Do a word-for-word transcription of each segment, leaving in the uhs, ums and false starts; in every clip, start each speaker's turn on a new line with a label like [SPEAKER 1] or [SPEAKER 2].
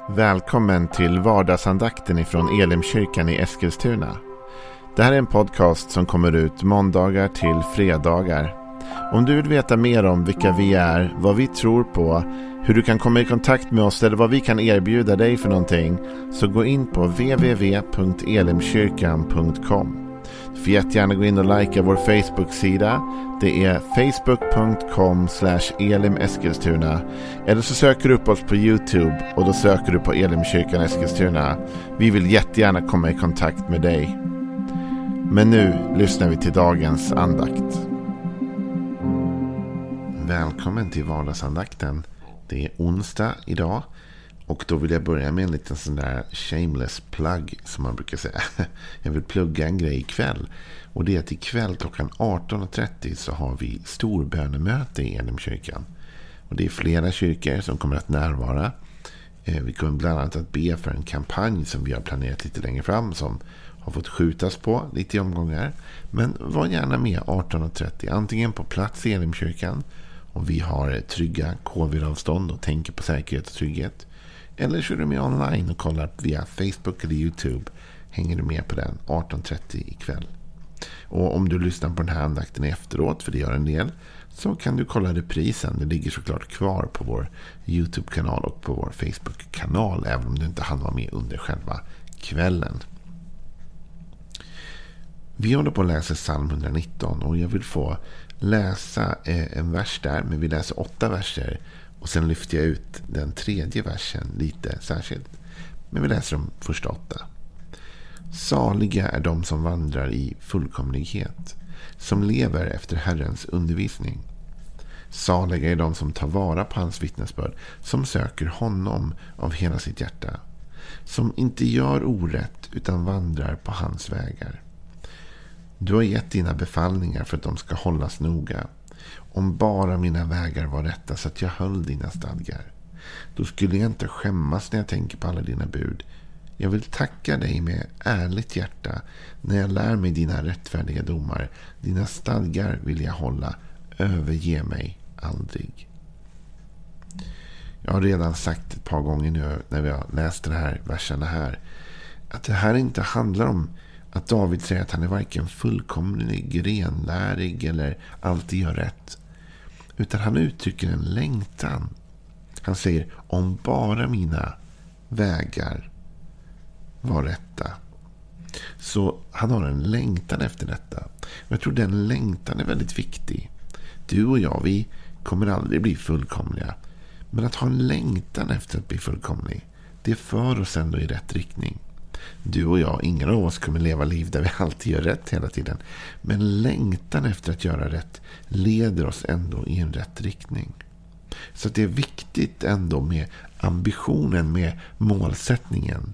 [SPEAKER 1] Välkommen till vardagsandakten ifrån Elimkyrkan i Eskilstuna. Det här är en podcast som kommer ut måndagar till fredagar. Om du vill veta mer om vilka vi är, vad vi tror på, hur du kan komma i kontakt med oss eller vad vi kan erbjuda dig för någonting, så gå in på w w w punkt elimkyrkan punkt com. Du får jättegärna gå in och likea vår Facebook-sida. Det är facebook punkt com slash elimeskilstuna. Eller så söker du upp oss på YouTube och då söker du på Elimkyrkan Eskilstuna. Vi vill jättegärna komma i kontakt med dig. Men nu lyssnar vi till dagens andakt. Välkommen till vardagsandakten. Det är onsdag idag. Och då vill jag börja med en liten sån där shameless plug som man brukar säga. Jag vill plugga en grej ikväll. Och det är att ikväll klockan arton och trettio så har vi storbönemöte i Elimkyrkan. Och det är flera kyrkor som kommer att närvara. Vi kommer bland annat att be för en kampanj som vi har planerat lite längre fram som har fått skjutas på lite i omgångar. Men var gärna med arton och trettio. Antingen på plats i Elimkyrkan och vi har trygga covid-avstånd och tänker på säkerhet och trygghet. Eller kör du med online och kollar via Facebook eller YouTube. Hänger du med på den arton trettio ikväll. Och om du lyssnar på den här andakten efteråt, för det gör en del, så kan du kolla reprisen. Det ligger såklart kvar på vår YouTube-kanal och på vår Facebook-kanal, även om du inte hann vara med under själva kvällen. Vi håller på att läsa psalm etthundranitton och jag vill få läsa en vers där, men vi läser åtta verser. Och sen lyfter jag ut den tredje versen lite särskilt. Men vi läser de första åtta. Saliga är de som vandrar i fullkomlighet, som lever efter Herrens undervisning. Saliga är de som tar vara på hans vittnesbörd, som söker honom av hela sitt hjärta. Som inte gör orätt utan vandrar på hans vägar. Du har gett dina befallningar för att de ska hållas noga. Om bara mina vägar var rätta så att jag höll dina stadgar. Då skulle jag inte skämmas när jag tänker på alla dina bud. Jag vill tacka dig med ärligt hjärta när jag lär mig dina rättfärdiga domar. Dina stadgar vill jag hålla. Överge mig aldrig. Jag har redan sagt ett par gånger nu när vi har läst de här verserna här att det här inte handlar om att David säger att han är varken fullkomlig, renlärig eller alltid gör rätt. Utan han uttrycker en längtan. Han säger, om bara mina vägar var rätta. Så han har en längtan efter detta. Och jag tror den längtan är väldigt viktig. Du och jag, vi kommer aldrig bli fullkomliga. Men att ha en längtan efter att bli fullkomlig, det för oss ändå i rätt riktning. Du och jag, ingen av oss kommer leva liv där vi alltid gör rätt hela tiden. Men längtan efter att göra rätt leder oss ändå i en rätt riktning. Så det är viktigt ändå med ambitionen, med målsättningen.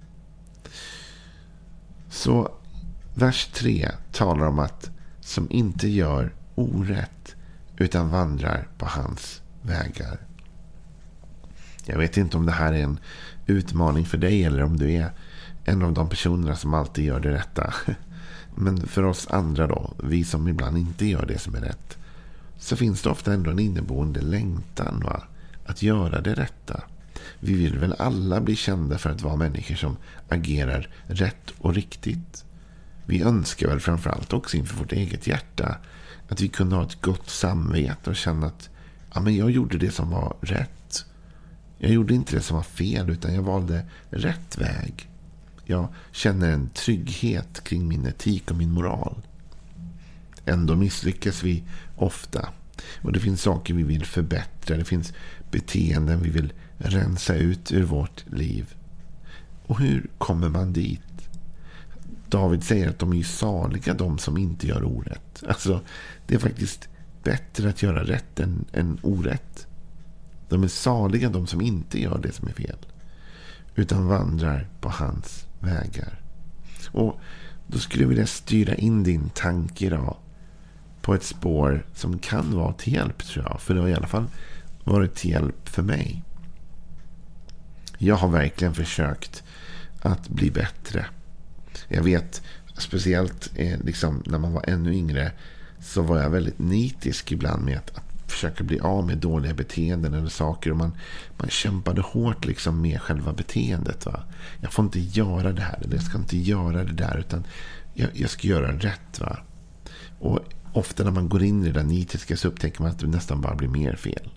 [SPEAKER 1] Så vers tre talar om att som inte gör orätt utan vandrar på hans vägar. Jag vet inte om det här är en utmaning för dig eller om du är en av de personerna som alltid gör det rätta. Men för oss andra då, vi som ibland inte gör det som är rätt, så finns det ofta ändå en inneboende längtan, va? Att göra det rätta. Vi vill väl alla bli kända för att vara människor som agerar rätt och riktigt. Vi önskar väl framförallt också inför vårt eget hjärta att vi kunde ha ett gott samvete och känna att ja, men jag gjorde det som var rätt. Jag gjorde inte det som var fel utan jag valde rätt väg. Jag känner en trygghet kring min etik och min moral. Ändå misslyckas vi ofta. Och det finns saker vi vill förbättra. Det finns beteenden vi vill rensa ut ur vårt liv. Och hur kommer man dit? David säger att de är saliga, de som inte gör orätt. Alltså, det är faktiskt bättre att göra rätt än, än orätt. De är saliga, de som inte gör det som är fel. Utan vandrar på hans vägar. Och då skulle jag vilja styra in din tanke idag på ett spår som kan vara till hjälp, tror jag. För det har i alla fall varit till hjälp för mig. Jag har verkligen försökt att bli bättre. Jag vet, speciellt eh, liksom, när man var ännu yngre så var jag väldigt nitisk ibland med att, att försöka bli av med dåliga beteenden eller saker. Och man, man kämpade hårt liksom med själva beteendet. Va? Jag får inte göra det här. Eller jag ska inte göra det där. Utan jag, jag ska göra rätt. Va? Och ofta när man går in i det där nitiska så upptäcker man att det nästan bara blir mer fel.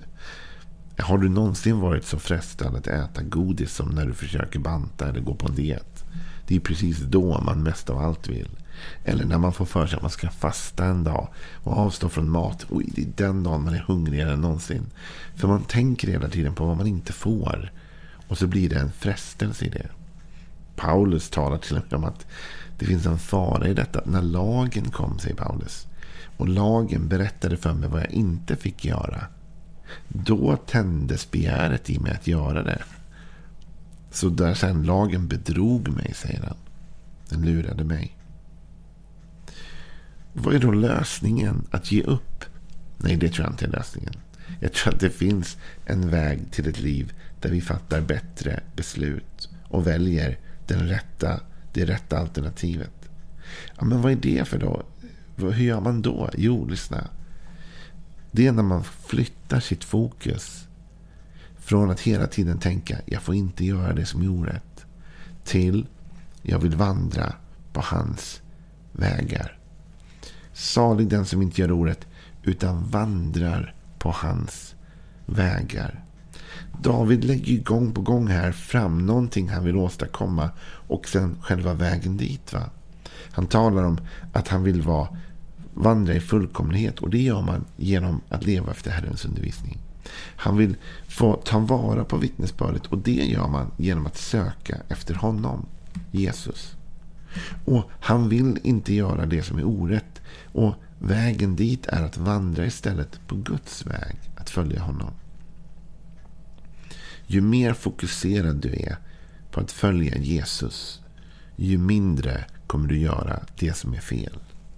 [SPEAKER 1] Har du någonsin varit så frestad att äta godis som när du försöker banta eller gå på en diet? Det är precis då man mest av allt vill. Eller när man får för sig att man ska fasta en dag och avstå från mat. Oj, det är den dagen man är hungrigare än någonsin. För man tänker hela tiden på vad man inte får. Och så blir det en frestelse i det. Paulus talar till och med om att det finns en fara i detta. När lagen kom, säger Paulus, och lagen berättade för mig vad jag inte fick göra, då tändes begäret i mig att göra det. Så där sen lagen bedrog mig, säger han. Den lurade mig. Vad är då lösningen? Att ge upp? Nej, det tror jag inte är lösningen. Jag tror att det finns en väg till ett liv där vi fattar bättre beslut och väljer den rätta, det rätta alternativet. Ja, men vad är det för då? Hur gör man då? Jo, lyssna. Det är när man flyttar sitt fokus från att hela tiden tänka jag får inte göra det som är orätt till jag vill vandra på hans vägar. Salig den som inte gör orätt utan vandrar på hans vägar. David lägger ju gång på gång här fram någonting han vill åstadkomma och sen själva vägen dit. Va? Han talar om att han vill vara vandra i fullkomlighet, och det gör man genom att leva efter Herrens undervisning. Han vill få ta vara på vittnesbördet, och det gör man genom att söka efter honom, Jesus. Och han vill inte göra det som är orätt, och vägen dit är att vandra istället på Guds väg, att följa honom. Ju mer fokuserad du är på att följa Jesus, ju mindre kommer du göra det som är fel.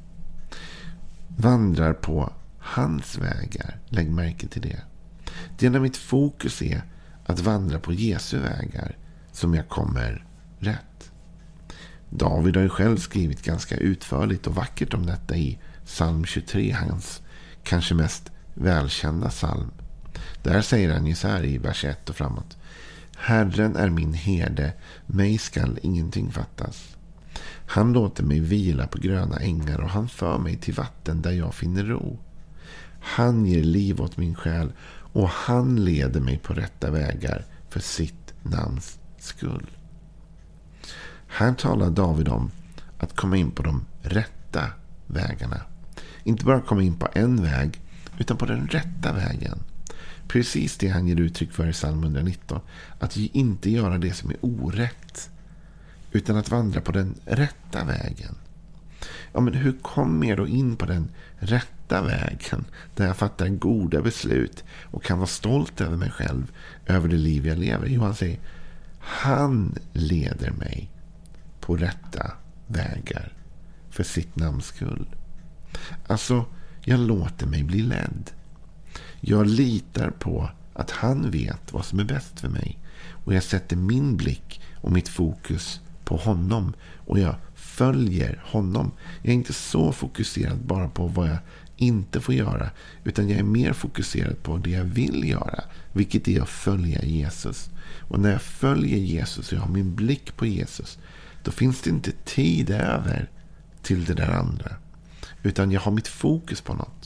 [SPEAKER 1] Vandrar på hans vägar. Lägg märke till det. Det är när mitt fokus är att vandra på Jesu vägar som jag kommer rätt. David har ju själv skrivit ganska utförligt och vackert om detta i psalm tjugotre, hans kanske mest välkända psalm. Där säger han ju så här i vers ett och framåt: Herren är min herde, mig skall ingenting fattas. Han låter mig vila på gröna ängar och han för mig till vatten där jag finner ro. Han ger liv åt min själ och han leder mig på rätta vägar för sitt namns skull. Här talar David om att komma in på de rätta vägarna. Inte bara komma in på en väg, utan på den rätta vägen. Precis det han ger uttryck för i psalm etthundranitton. Att inte göra det som är orätt, utan att vandra på den rätta vägen. Ja, men hur kommer jag då in på den rätta vägen där jag fattar goda beslut och kan vara stolt över mig själv, över det liv jag lever? Jo, han säger, han leder mig på rätta vägar för sitt namns skull. Alltså, jag låter mig bli ledd. Jag litar på att han vet vad som är bäst för mig. Och jag sätter min blick och mitt fokus på honom. Och jag följer honom. Jag är inte så fokuserad bara på vad jag inte får göra. Utan jag är mer fokuserad på det jag vill göra. Vilket är att följa Jesus. Och när jag följer Jesus och jag har min blick på Jesus, då finns det inte tid över till det där andra. Utan jag har mitt fokus på något.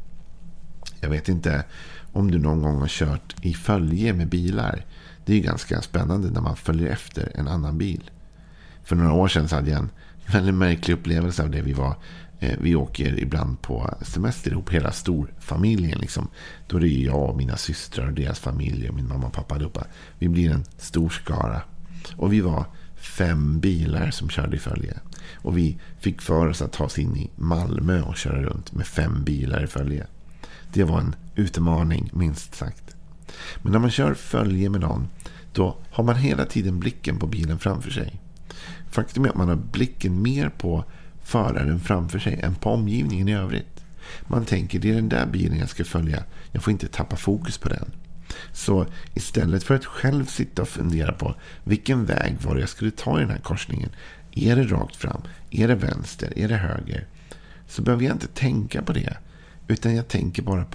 [SPEAKER 1] Jag vet inte om du någon gång har kört i följe med bilar. Det är ju ganska spännande när man följer efter en annan bil. För några år sedan så hade jag en väldigt märklig upplevelse av det. Vi var, eh, vi åker ibland på semester ihop, hela storfamiljen liksom. Då är det ju jag och mina systrar och deras familj och min mamma och pappa allihopa. Vi blir en stor skara. Och vi var fem bilar som körde i följe. Och vi fick för oss att ta oss in i Malmö och köra runt med fem bilar i följe. Det var en utmaning, minst sagt. Men när man kör följe med någon, då har man hela tiden blicken på bilen framför sig. Faktum är att man har blicken mer på föraren framför sig än på omgivningen i övrigt. Man tänker, det är den där bilen jag ska följa. Jag får inte tappa fokus på den. Så istället för att själv sitta och fundera på vilken väg var det jag skulle ta i den här korsningen. Är det rakt fram? Är det vänster? Är det höger? Så behöver jag inte tänka på det. Utan jag tänker bara på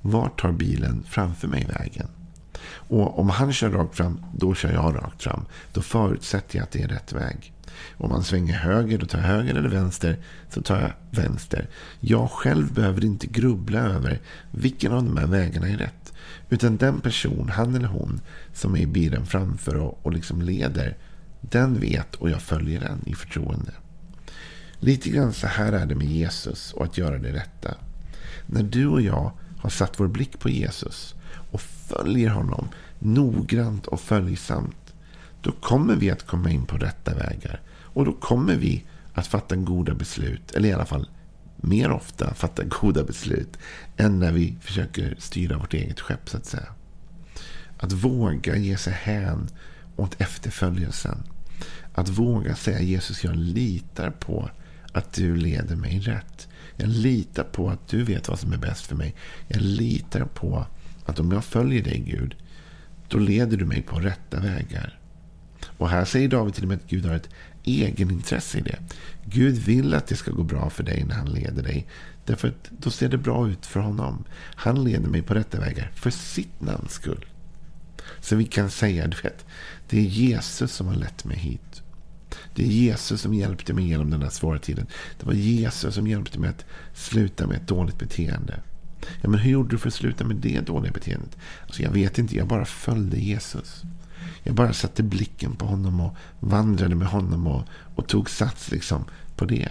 [SPEAKER 1] Vart tar bilen framför mig vägen? Och om han kör rakt fram, då kör jag rakt fram. Då förutsätter jag att det är rätt väg. Om man svänger höger, då tar jag höger, eller vänster, så tar jag vänster. Jag själv behöver inte grubbla över vilken av de här vägarna är rätt. Utan den person, han eller hon, som är i bilen framför och, och liksom leder, den vet och jag följer den i förtroende. Lite grann så här är det med Jesus och att göra det rätta. När du och jag har satt vår blick på Jesus och följer honom noggrant och följsamt, då kommer vi att komma in på rätta vägar. Och då kommer vi att fatta goda beslut, eller i alla fall mer ofta fatta goda beslut än när vi försöker styra vårt eget skepp, så att säga. Att våga ge sig hän åt efterföljelsen. Att våga säga: Jesus, jag litar på att du leder mig rätt. Jag litar på att du vet vad som är bäst för mig. Jag litar på att om jag följer dig, Gud, då leder du mig på rätta vägar. Och här säger David till och med att Gud har ett egenintresse i det. Gud vill att det ska gå bra för dig när han leder dig. Därför att då ser det bra ut för honom. Han leder mig på rätta vägar för sitt namns skull. Så vi kan säga, du vet, det är Jesus som har lett mig hit. Det är Jesus som hjälpte mig genom den här svåra tiden. Det var Jesus som hjälpte mig att sluta med ett dåligt beteende. Ja, men hur gjorde du för att sluta med det dåliga beteendet? Alltså jag vet inte, jag bara följde Jesus. Jag bara satte blicken på honom och vandrade med honom och, och tog sats liksom på det.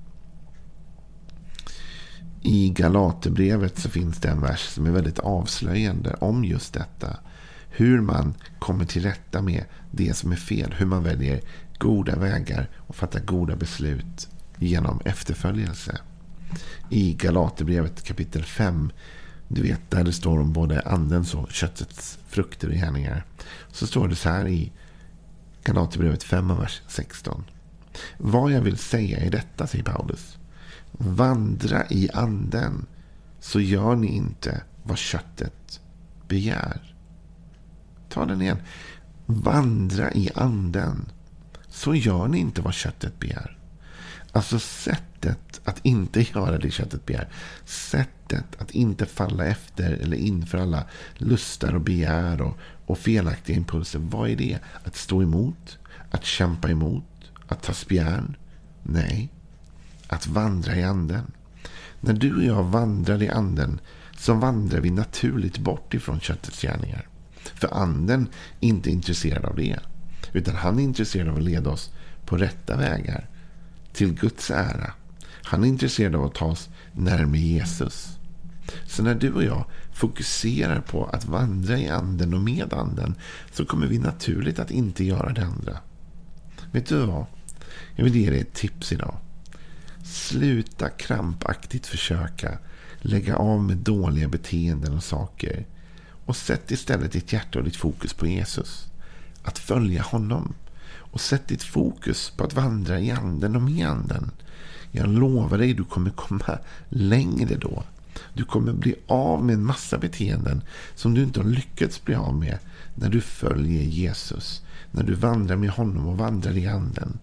[SPEAKER 1] I Galaterbrevet så finns det en vers som är väldigt avslöjande om just detta. Hur man kommer till rätta med det som är fel. Hur man väljer goda vägar och fattar goda beslut genom efterföljelse. I Galaterbrevet kapitel fem, du vet, där det står om både andens och köttets frukter och gärningar, så står det så här i Galaterbrevet fem, vers sexton. Vad jag vill säga är detta, säger Paulus. Vandra i anden, så gör ni inte vad köttet begär. Ta den igen. Vandra i anden, så gör ni inte vad köttet begär. Alltså sättet att inte göra det köttet begär. Sättet att inte falla efter eller inför alla lustar och begär och, och felaktiga impulser. Vad är det? Att stå emot? Att kämpa emot? Att ta spjärn? Nej. Att vandra i anden. När du och jag vandrar i anden, så vandrar vi naturligt bort ifrån köttets gärningar. För anden är inte intresserad av det. Utan han är intresserad av att leda oss på rätta vägar. Till Guds ära. Han är intresserad av att ta oss närmare Jesus. Så när du och jag fokuserar på att vandra i anden och med anden, så kommer vi naturligt att inte göra det andra. Vet du vad? Jag vill ge dig ett tips idag. Sluta krampaktigt försöka lägga av med dåliga beteenden och saker. Och sätt istället ditt hjärta och ditt fokus på Jesus. Att följa honom. Och sätt ditt fokus på att vandra i anden och med anden. Jag lovar dig, du kommer komma längre då. Du kommer bli av med en massa beteenden som du inte har lyckats bli av med när du följer Jesus. När du vandrar med honom och vandrar i anden.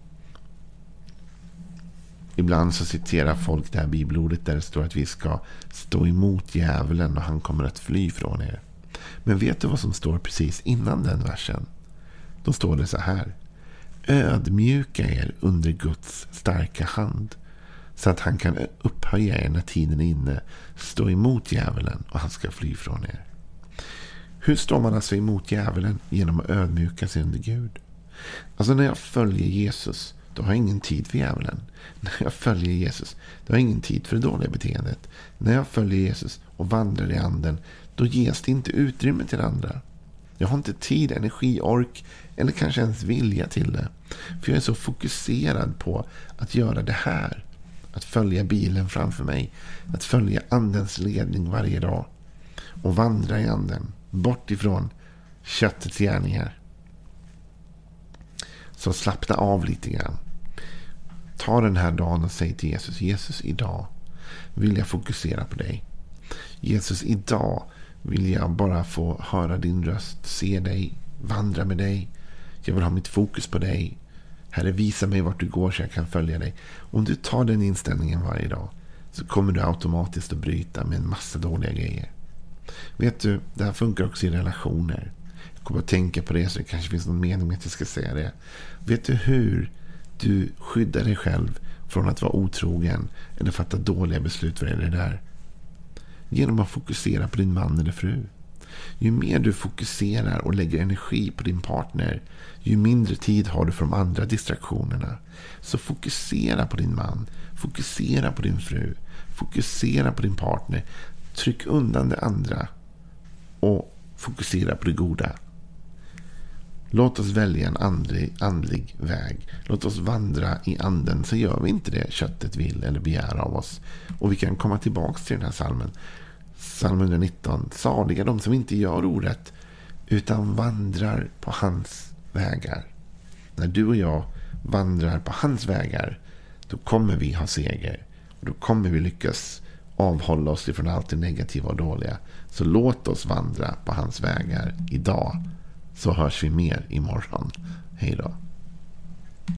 [SPEAKER 1] Ibland så citerar folk det här bibelordet där det står att vi ska stå emot djävulen och han kommer att fly från er. Men vet du vad som står precis innan den versen? Då står det så här. Ödmjuka er under Guds starka hand, så att han kan upphöja er när tiden är inne. Stå emot djävulen och han ska fly från er. Hur står man alltså emot djävulen? Genom att ödmjuka sig under Gud. Alltså när jag följer Jesus, då har jag ingen tid för djävulen. När jag följer Jesus, då har jag ingen tid för det dåliga beteendet. När jag följer Jesus och vandrar i anden, då ges det inte utrymme till andra. Jag har inte tid, energi, ork eller kanske ens vilja till det. För jag är så fokuserad på att göra det här. Att följa bilen framför mig. Att följa andens ledning varje dag. Och vandra i anden. Bort ifrån köttets gärningar. Så slappna av lite grann. Ta den här dagen och säg till Jesus. Jesus, idag vill jag fokusera på dig. Jesus, idag vill jag bara få höra din röst, se dig, vandra med dig. Jag vill ha mitt fokus på dig. Herre, visa mig vart du går så jag kan följa dig. Om du tar den inställningen varje dag, så kommer du automatiskt att bryta med en massa dåliga grejer. Vet du, det här funkar också i relationer. Jag kommer att tänka på det, så det kanske finns någon mening med att jag ska säga det. Vet du hur du skyddar dig själv från att vara otrogen eller fatta dåliga beslut vad det där? Genom att fokusera på din man eller fru. Ju mer du fokuserar och lägger energi på din partner, ju mindre tid har du för de andra distraktionerna. Så fokusera på din man, fokusera på din fru, fokusera på din partner. Tryck undan det andra och fokusera på det goda. Låt oss välja en andlig, andlig väg. Låt oss vandra i anden, så gör vi inte det köttet vill eller begär av oss. Och vi kan komma tillbaka till den här salmen. Psalm etthundranitton. Saliga de som inte gör orätt utan vandrar på hans vägar. När du och jag vandrar på hans vägar, då kommer vi ha seger. Och då kommer vi lyckas avhålla oss ifrån allt det negativa och dåliga. Så låt oss vandra på hans vägar idag. Så hörs vi mer imorgon. Hej då.